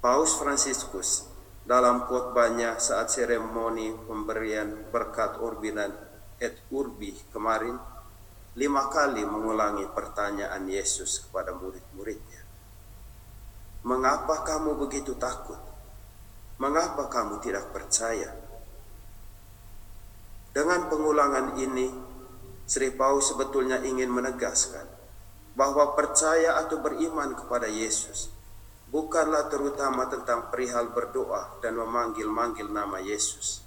Paus Fransiskus dalam khotbahnya saat seremoni pemberian berkat Urbinan et Urbi kemarin 5 kali mengulangi pertanyaan Yesus kepada murid-muridnya. Mengapa kamu begitu takut? Mengapa kamu tidak percaya? Dengan pengulangan ini, Sri Paus sebetulnya ingin menegaskan bahwa percaya atau beriman kepada Yesus bukanlah terutama tentang perihal berdoa dan memanggil-manggil nama Yesus.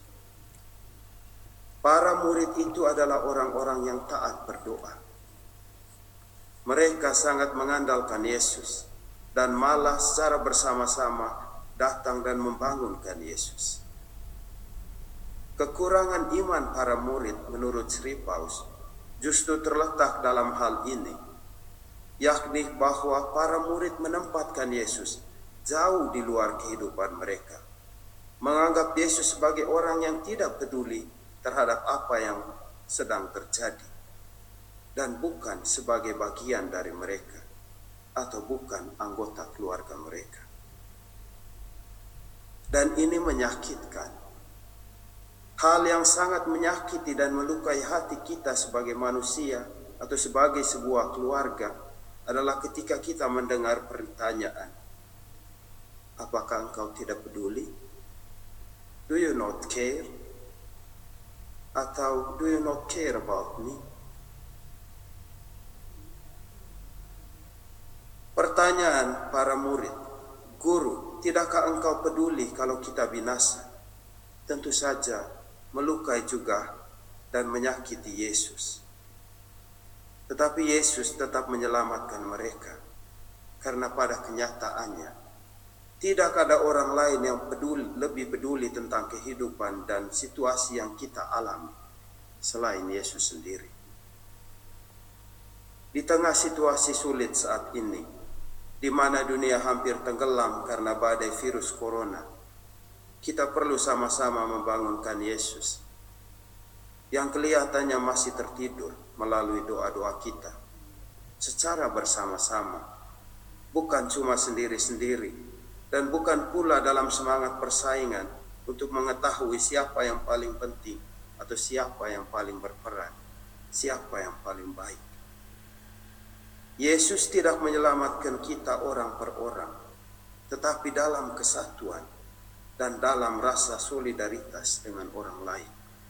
Para murid itu adalah orang-orang yang taat berdoa. Mereka sangat mengandalkan Yesus dan malah secara bersama-sama datang dan membangunkan Yesus. Kekurangan iman para murid menurut Sri Paus justru terletak dalam hal ini, yakni bahwa para murid menempatkan Yesus jauh di luar kehidupan mereka, menganggap Yesus sebagai orang yang tidak peduli terhadap apa yang sedang terjadi, dan bukan sebagai bagian dari mereka, atau bukan anggota keluarga mereka. Dan ini menyakitkan. Hal yang sangat menyakiti dan melukai hati kita sebagai manusia atau sebagai sebuah keluarga adalah ketika kita mendengar pertanyaan, apakah engkau tidak peduli? Do you not care? Atau do you not care about me? Pertanyaan para murid, Guru, tidakkah engkau peduli kalau kita binasa? Tentu saja melukai juga dan menyakiti Yesus. Tetapi Yesus tetap menyelamatkan mereka, karena pada kenyataannya tidak ada orang lain yang lebih peduli tentang kehidupan dan situasi yang kita alami selain Yesus sendiri. Di tengah situasi sulit saat ini, di mana dunia hampir tenggelam karena badai virus corona, kita perlu sama-sama membangunkan Yesus yang kelihatannya masih tertidur melalui doa-doa kita secara bersama-sama, bukan cuma sendiri-sendiri, dan bukan pula dalam semangat persaingan untuk mengetahui siapa yang paling penting atau siapa yang paling berperan, siapa yang paling baik. Yesus tidak menyelamatkan kita orang per orang, tetapi dalam kesatuan dan dalam rasa solidaritas dengan orang lain.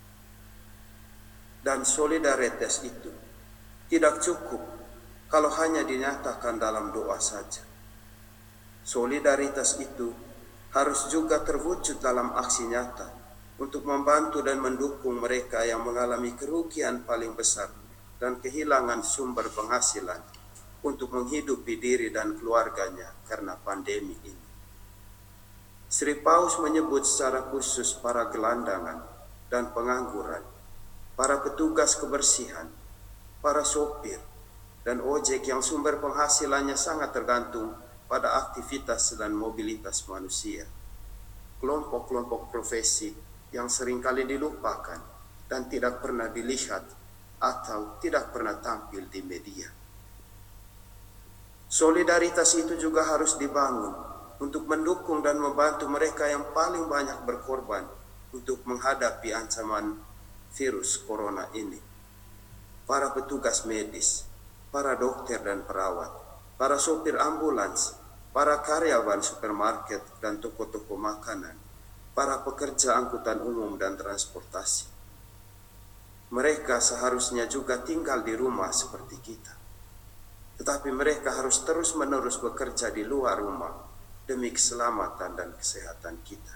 Dan solidaritas itu tidak cukup kalau hanya dinyatakan dalam doa saja. Solidaritas itu harus juga terwujud dalam aksi nyata untuk membantu dan mendukung mereka yang mengalami kerugian paling besar dan kehilangan sumber penghasilan untuk menghidupi diri dan keluarganya karena pandemi ini. Sri Paus menyebut secara khusus para gelandangan dan pengangguran, para petugas kebersihan, para sopir, dan ojek yang sumber penghasilannya sangat tergantung pada aktivitas dan mobilitas manusia. Kelompok-kelompok profesi yang seringkali dilupakan dan tidak pernah dilihat atau tidak pernah tampil di media. Solidaritas itu juga harus dibangun untuk mendukung dan membantu mereka yang paling banyak berkorban untuk menghadapi ancaman virus corona ini. Para petugas medis, para dokter dan perawat, para sopir ambulans, para karyawan supermarket dan toko-toko makanan, para pekerja angkutan umum dan transportasi. Mereka seharusnya juga tinggal di rumah seperti kita. Tetapi mereka harus terus-menerus bekerja di luar rumah demi keselamatan dan kesehatan kita.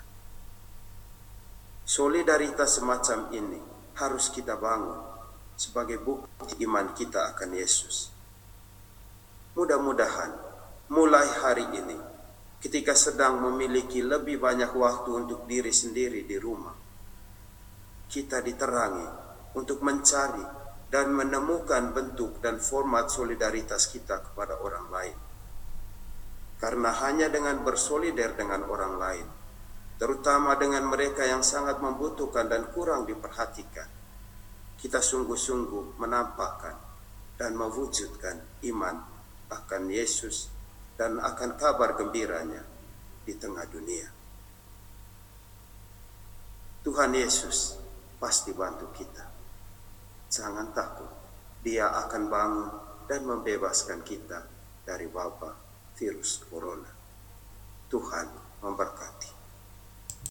Solidaritas semacam ini harus kita bangun sebagai bukti iman kita akan Yesus. Mudah-mudahan mulai hari ini, ketika sedang memiliki lebih banyak waktu untuk diri sendiri di rumah, kita diterangi untuk mencari dan menemukan bentuk dan format solidaritas kita kepada orang lain. Karena hanya dengan bersolider dengan orang lain, terutama dengan mereka yang sangat membutuhkan dan kurang diperhatikan, kita sungguh-sungguh menampakkan dan mewujudkan iman akan Yesus dan akan kabar gembiranya di di tengah dunia. Tuhan Yesus pasti bantu kita. Jangan takut, Dia akan bangun dan membebaskan kita dari wabah virus corona. Tuhan memberkati.